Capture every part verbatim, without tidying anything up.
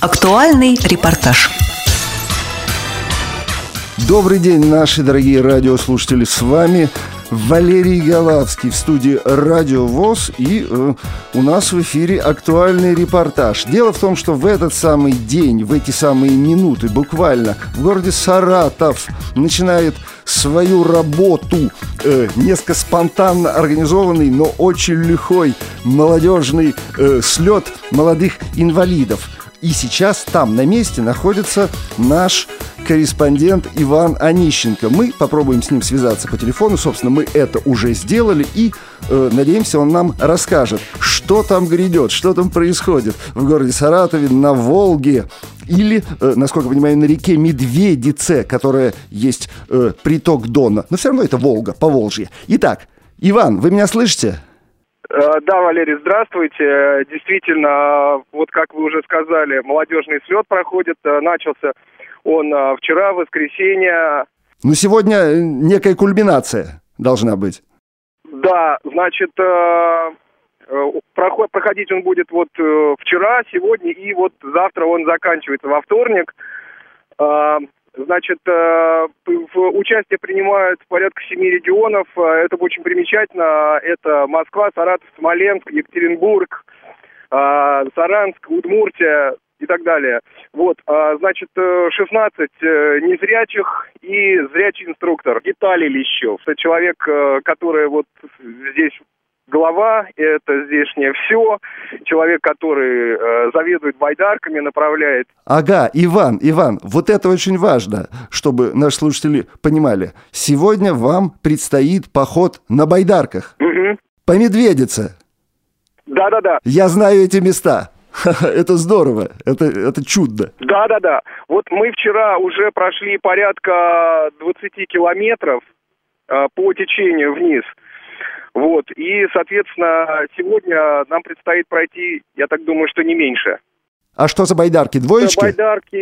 Актуальный репортаж. Добрый день, наши дорогие радиослушатели, с вами Валерий Галавский в студии Радио ВОС, и э, у нас в эфире актуальный репортаж. Дело в том, что в этот самый день, в эти самые минуты, буквально, в городе Саратов начинает свою работу э, несколько спонтанно организованный, но очень лихой молодежный э, слет молодых инвалидов. И сейчас там на месте находится наш корреспондент Иван Онищенко. Мы попробуем с ним связаться по телефону. Собственно, мы это уже сделали. И, э, надеемся, он нам расскажет, что там грядет, что там происходит в городе Саратове, на Волге. Или, э, насколько я понимаю, на реке Медведице, которая есть э, приток Дона. Но все равно это Волга, Поволжье. Итак, Иван, вы меня слышите? Да, Валерий, здравствуйте. Действительно, вот как вы уже сказали, молодежный слет проходит. Начался он вчера, в воскресенье. Ну, сегодня некая кульминация должна быть. Да, значит, проход, проходить он будет вот вчера, сегодня, и вот завтра он заканчивается во вторник. Значит, в участие принимают порядка семи регионов. Это очень примечательно. Это Москва, Саратов, Смоленск, Екатеринбург, Саранск, Удмуртия и так далее. Вот, значит, шестнадцать незрячих и зрячий инструктор. Виталий Лещев. Это человек, который вот здесь глава, это здешнее все. Человек, который э, заведует байдарками, направляет. Ага, Иван, Иван, вот это очень важно, чтобы наши слушатели понимали. Сегодня вам предстоит поход на байдарках. Угу. По Медведице. Да-да-да. Я знаю эти места. Это здорово, это, это чудо. Да-да-да. Вот мы вчера уже прошли порядка двадцати километров э, по течению вниз. Вот, и, соответственно, сегодня нам предстоит пройти, я так думаю, что не меньше. А что за байдарки? Двоечки? Это байдарки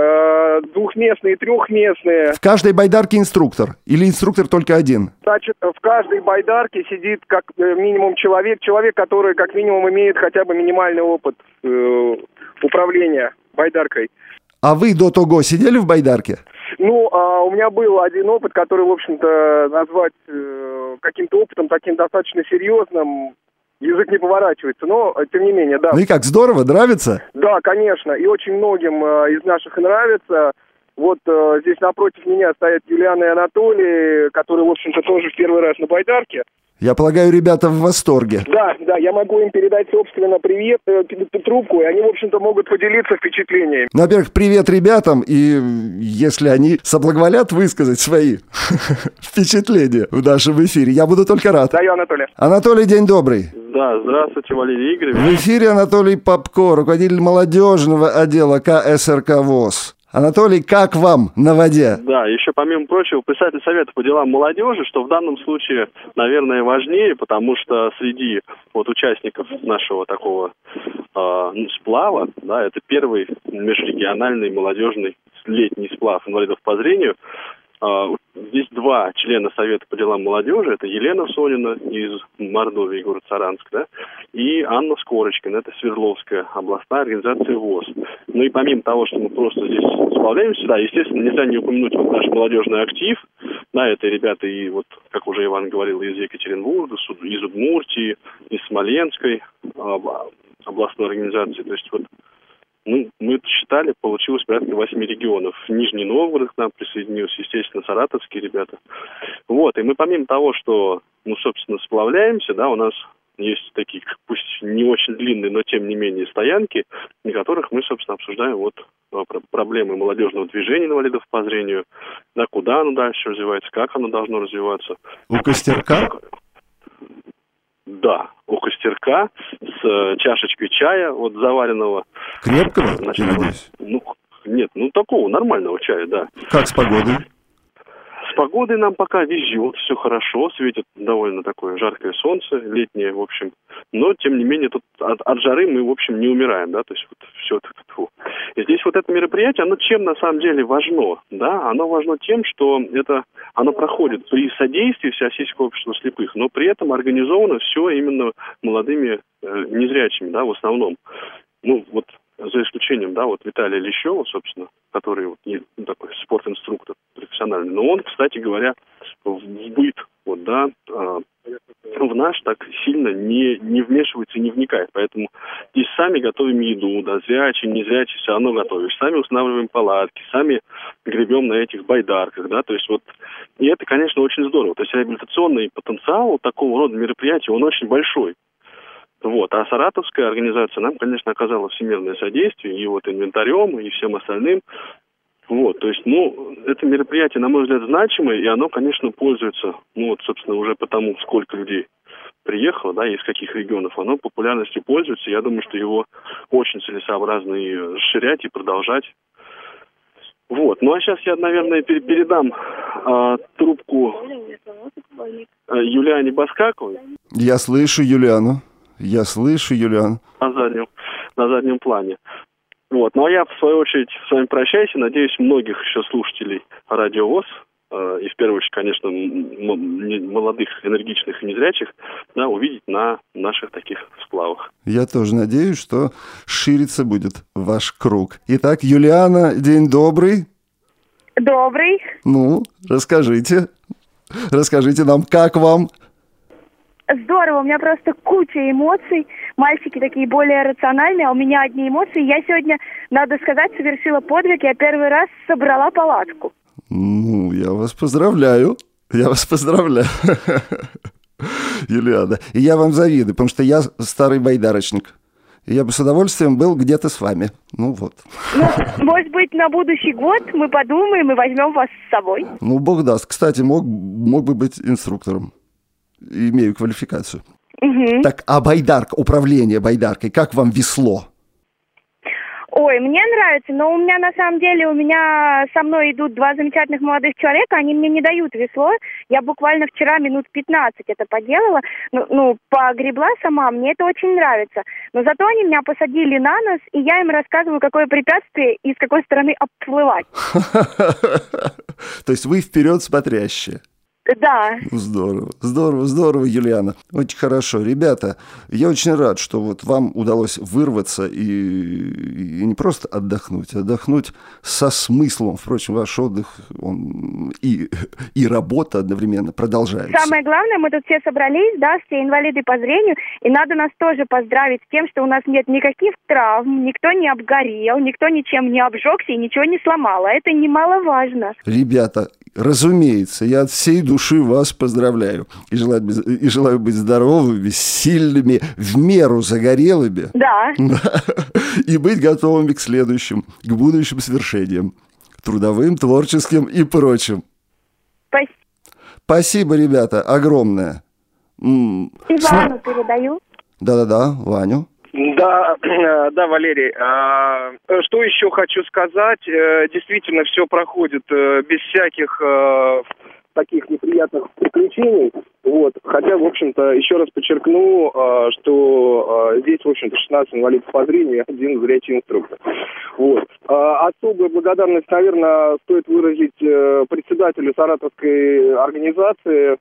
э, двухместные, трехместные. В каждой байдарке инструктор? Или инструктор только один? Значит, в каждой байдарке сидит как минимум человек, человек, который как минимум имеет хотя бы минимальный опыт э, управления байдаркой. А вы до того сидели в байдарке? Ну, а у меня был один опыт, который, в общем-то, назвать э, каким-то опытом таким достаточно серьезным, язык не поворачивается, но, тем не менее, да. Ну и как, здорово, нравится? Да, конечно, и очень многим э, из наших нравится. Вот э, здесь напротив меня стоят Юлиана и Анатолий, которые, в общем-то, тоже в первый раз на байдарке. Я полагаю, ребята в восторге. Да, да, я могу им передать, собственно, привет, э, трубку, и они, в общем-то, могут поделиться впечатлениями. Ну, во-первых, привет ребятам, и если они соблаговолят высказать свои впечатления в нашем эфире, я буду только рад. Да, я Анатолий. Анатолий, день добрый. Да, здравствуйте, Валерий Игоревич. В эфире Анатолий Попко, руководитель молодежного отдела ка эс эр ка ВОС. Анатолий, как вам на воде? Да, еще помимо прочего, председатель Совета по делам молодежи, что в данном случае, наверное, важнее, потому что среди вот участников нашего такого э, ну, сплава, да, это первый межрегиональный молодежный летний сплав инвалидов по зрению. Uh, здесь два члена Совета по делам молодежи. Это Елена Сонина из Мордовии, город Саранск, да, и Анна Скорочкина, это Свердловская областная организация ВОС. Ну и помимо того, что мы просто здесь сплавляемся, да, естественно, нельзя не упомянуть вот наш молодежный актив. Да, это ребята и вот, как уже Иван говорил, из Екатеринбурга, из Удмуртии, из Смоленской областной организации. То есть вот Ну, мы считали, получилось порядка восьми регионов. Нижний Новгород к нам присоединился, естественно, саратовские ребята. Вот, и мы помимо того, что, ну, собственно, сплавляемся, да, у нас есть такие, пусть не очень длинные, но тем не менее стоянки, на которых мы, собственно, обсуждаем вот проблемы молодежного движения инвалидов по зрению, да, куда оно дальше развивается, как оно должно развиваться. У костерка? Да, у костерка с чашечкой чая, вот заваренного. Крепкого, значит, я надеюсь? Ну, нет, ну такого нормального чая, да. Как с погодой? С погодой нам пока везет, все хорошо, светит довольно такое жаркое солнце, летнее, в общем. Но, тем не менее, тут от, от жары мы, в общем, не умираем, да, то есть вот все это. И здесь вот это мероприятие, оно чем на самом деле важно, да? Оно важно тем, что это, оно проходит при содействии Всероссийского общества слепых, но при этом организовано все именно молодыми э, незрячими, да, в основном. Ну, вот за исключением исключением, да, вот Виталия Лещева, собственно, который вот, ну, такой спортинструктор профессиональный. Но он, кстати говоря, в быт, вот, да, в наш так сильно не, не вмешивается и не вникает. Поэтому здесь сами готовим еду, да, зрячие, незрячие, все равно готовишь. Сами устанавливаем палатки, сами гребем на этих байдарках, да, то есть вот, и это, конечно, очень здорово. То есть реабилитационный потенциал такого рода мероприятий, он очень большой. Вот. А саратовская организация нам, конечно, оказала всемирное содействие и вот инвентарем, и всем остальным. Вот, то есть, ну, это мероприятие, на мой взгляд, значимое, и оно, конечно, пользуется, ну, вот, собственно, уже потому, сколько людей приехало, да, из каких регионов, оно популярностью пользуется. Я думаю, что его очень целесообразно и расширять, и продолжать. Вот, ну, а сейчас я, наверное, передам а, трубку а, Юлиане Баскаковой. Я слышу Юлиану, я слышу Юлиану. На заднем, на заднем плане. Вот. Ну, а я, в свою очередь, с вами прощаюсь и надеюсь, многих еще слушателей Радио ВОС, э, и в первую очередь, конечно, м- молодых, энергичных и незрячих, да, увидеть на наших таких сплавах. Я тоже надеюсь, что шириться будет ваш круг. Итак, Юлиана, день добрый. Добрый. Ну, расскажите. Расскажите нам, как вам? Здорово, у меня просто куча эмоций. Мальчики такие более рациональные, а у меня одни эмоции. Я сегодня, надо сказать, совершила подвиг. Я первый раз собрала палатку. Ну, я вас поздравляю. Я вас поздравляю, Юлиана. И я вам завидую, потому что я старый байдарочник. И я бы с удовольствием был где-то с вами. Ну вот. Ну, может быть, на будущий год мы подумаем и возьмем вас с собой. Ну, бог даст. Кстати, мог, мог бы быть инструктором. Имею квалификацию. Угу. Так, а байдарка, управление байдаркой, как вам весло? Ой, мне нравится, но у меня на самом деле, у меня со мной идут два замечательных молодых человека, они мне не дают весло. Я буквально вчера минут пятнадцать это поделала, ну, ну, погребла сама, мне это очень нравится. Но зато они меня посадили на нос, и я им рассказываю, какое препятствие и с какой стороны обплывать. То есть вы вперед смотрящие? Да. Здорово, здорово, здорово, Юлиана. Очень хорошо. Ребята, я очень рад, что вот вам удалось вырваться и, и не просто отдохнуть, а отдохнуть со смыслом. Впрочем, ваш отдых он и, и работа одновременно продолжается. Самое главное, мы тут все собрались, да, все инвалиды по зрению, и надо нас тоже поздравить с тем, что у нас нет никаких травм, никто не обгорел, никто ничем не обжегся и ничего не сломал. А это немаловажно. Ребята, разумеется, я от всей души вас поздравляю. И желаю, и желаю быть здоровыми, сильными, в меру загорелыми. Да. И быть готовыми к следующим, к будущим свершениям. Трудовым, творческим и прочим. Спасибо. Спасибо, ребята, огромное. Ивану Сна... передаю. Да-да-да, Ваню. Да, да, Валерий. Что еще хочу сказать? Действительно, все проходит без всяких таких неприятных приключений. Вот. Хотя, в общем-то, еще раз подчеркну, что здесь, в общем-то, шестнадцать инвалидов по зрению и один зрячий инструктор. Вот. Особую благодарность, наверное, стоит выразить председателю саратовской организации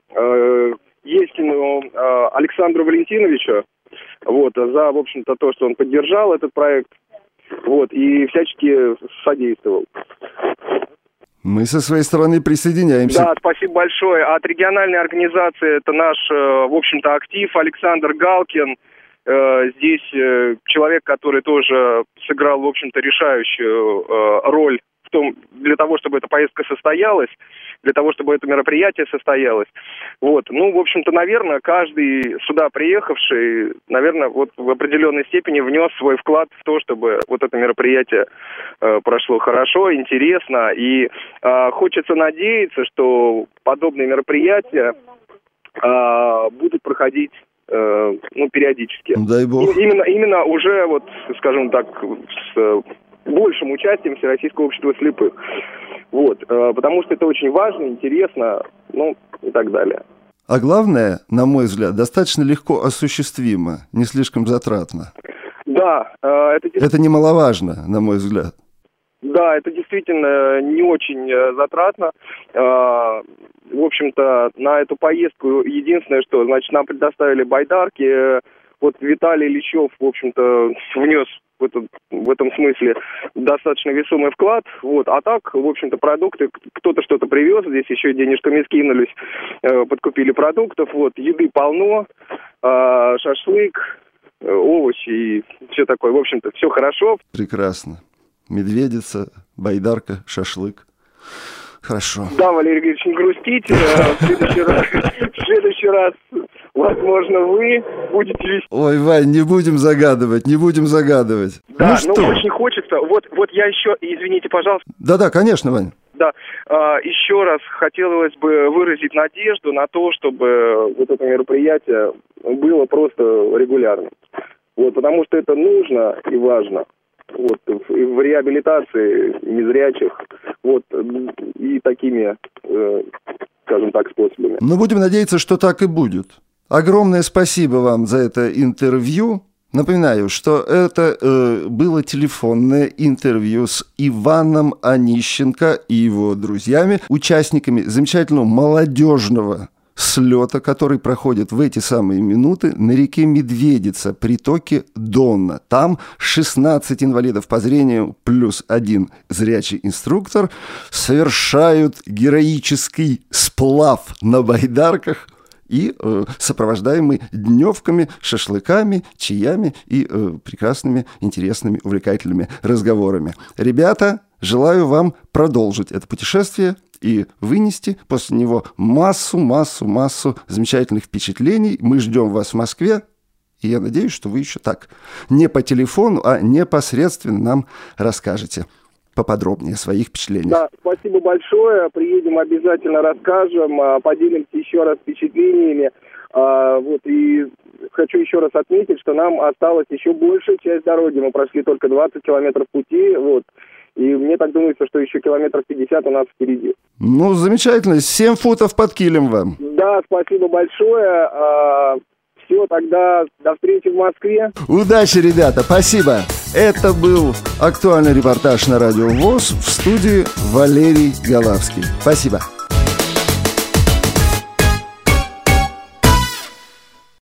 Ескину Александру Валентиновичу. Вот, за, в общем-то, то, что он поддержал этот проект, вот, и всячески содействовал. Мы со своей стороны присоединяемся. Да, спасибо большое. От региональной организации это наш, в общем-то, актив Александр Галкин. Здесь человек, который тоже сыграл, в общем-то, решающую роль в том, для того, чтобы эта поездка состоялась, для того, чтобы это мероприятие состоялось. Вот. Ну, в общем-то, наверное, каждый сюда приехавший, наверное, вот в определенной степени внес свой вклад в то, чтобы вот это мероприятие э, прошло хорошо, интересно. И э, хочется надеяться, что подобные мероприятия э, будут проходить э, ну, периодически. Дай бог. И, именно, именно уже, вот, скажем так, с большим участием Всероссийского общества слепых. Вот, э, потому что это очень важно, интересно, ну, и так далее. А главное, на мой взгляд, достаточно легко осуществимо, не слишком затратно. Да. Э, это, это немаловажно, на мой взгляд. Да, это действительно не очень затратно. Э, в общем-то, на эту поездку единственное, что, значит, нам предоставили байдарки. Вот Виталий Лещев, в общем-то, внес в этот в этом смысле достаточно весомый вклад. Вот. А так, в общем-то, продукты, кто-то что-то привез, здесь еще и денежками скинулись, э, подкупили продуктов. Вот. Еды полно, э, шашлык, э, овощи и все такое. В общем-то, все хорошо. Прекрасно. Медведица, байдарка, шашлык. Хорошо. Да, Валерий Григорьевич, не грустите. В следующий раз, в следующий раз, возможно, вы будете вести. Ой, Вань, не будем загадывать, не будем загадывать. Да, ну, ну что? Очень хочется. Вот, вот я еще, извините, пожалуйста. Да-да, конечно, Вань. Да, а, еще раз хотелось бы выразить надежду на то, чтобы вот это мероприятие было просто регулярным. Вот, потому что это нужно и важно. Вот, в, в реабилитации незрячих, вот, и такими, э, скажем так, способами. Но будем надеяться, что так и будет. Огромное спасибо вам за это интервью. Напоминаю, что это э, было телефонное интервью с Иваном Онищенко и его друзьями, участниками замечательного молодежного слета, который проходит в эти самые минуты на реке Медведица, притоке Дона. Там шестнадцать инвалидов по зрению плюс один зрячий инструктор совершают героический сплав на байдарках и э, сопровождаемый дневками, шашлыками, чаями и э, прекрасными, интересными, увлекательными разговорами. Ребята, желаю вам продолжить это путешествие и вынести после него массу, массу, массу замечательных впечатлений. Мы ждем вас в Москве, и я надеюсь, что вы еще так не по телефону, а непосредственно нам расскажете поподробнее о своих впечатлениях. Да, спасибо большое. Приедем, обязательно расскажем, поделимся еще раз впечатлениями. Вот, и хочу еще раз отметить, что нам осталась еще большая часть дороги. Мы прошли только двадцать километров пути, вот. И мне так думается, что еще километров пятьдесят у нас впереди. Ну, замечательно. семь футов под килем вам. Да, спасибо большое. Все, тогда до встречи в Москве. Удачи, ребята. Спасибо. Это был актуальный репортаж на Радио ВОС, в студии Валерий Голавский. Спасибо.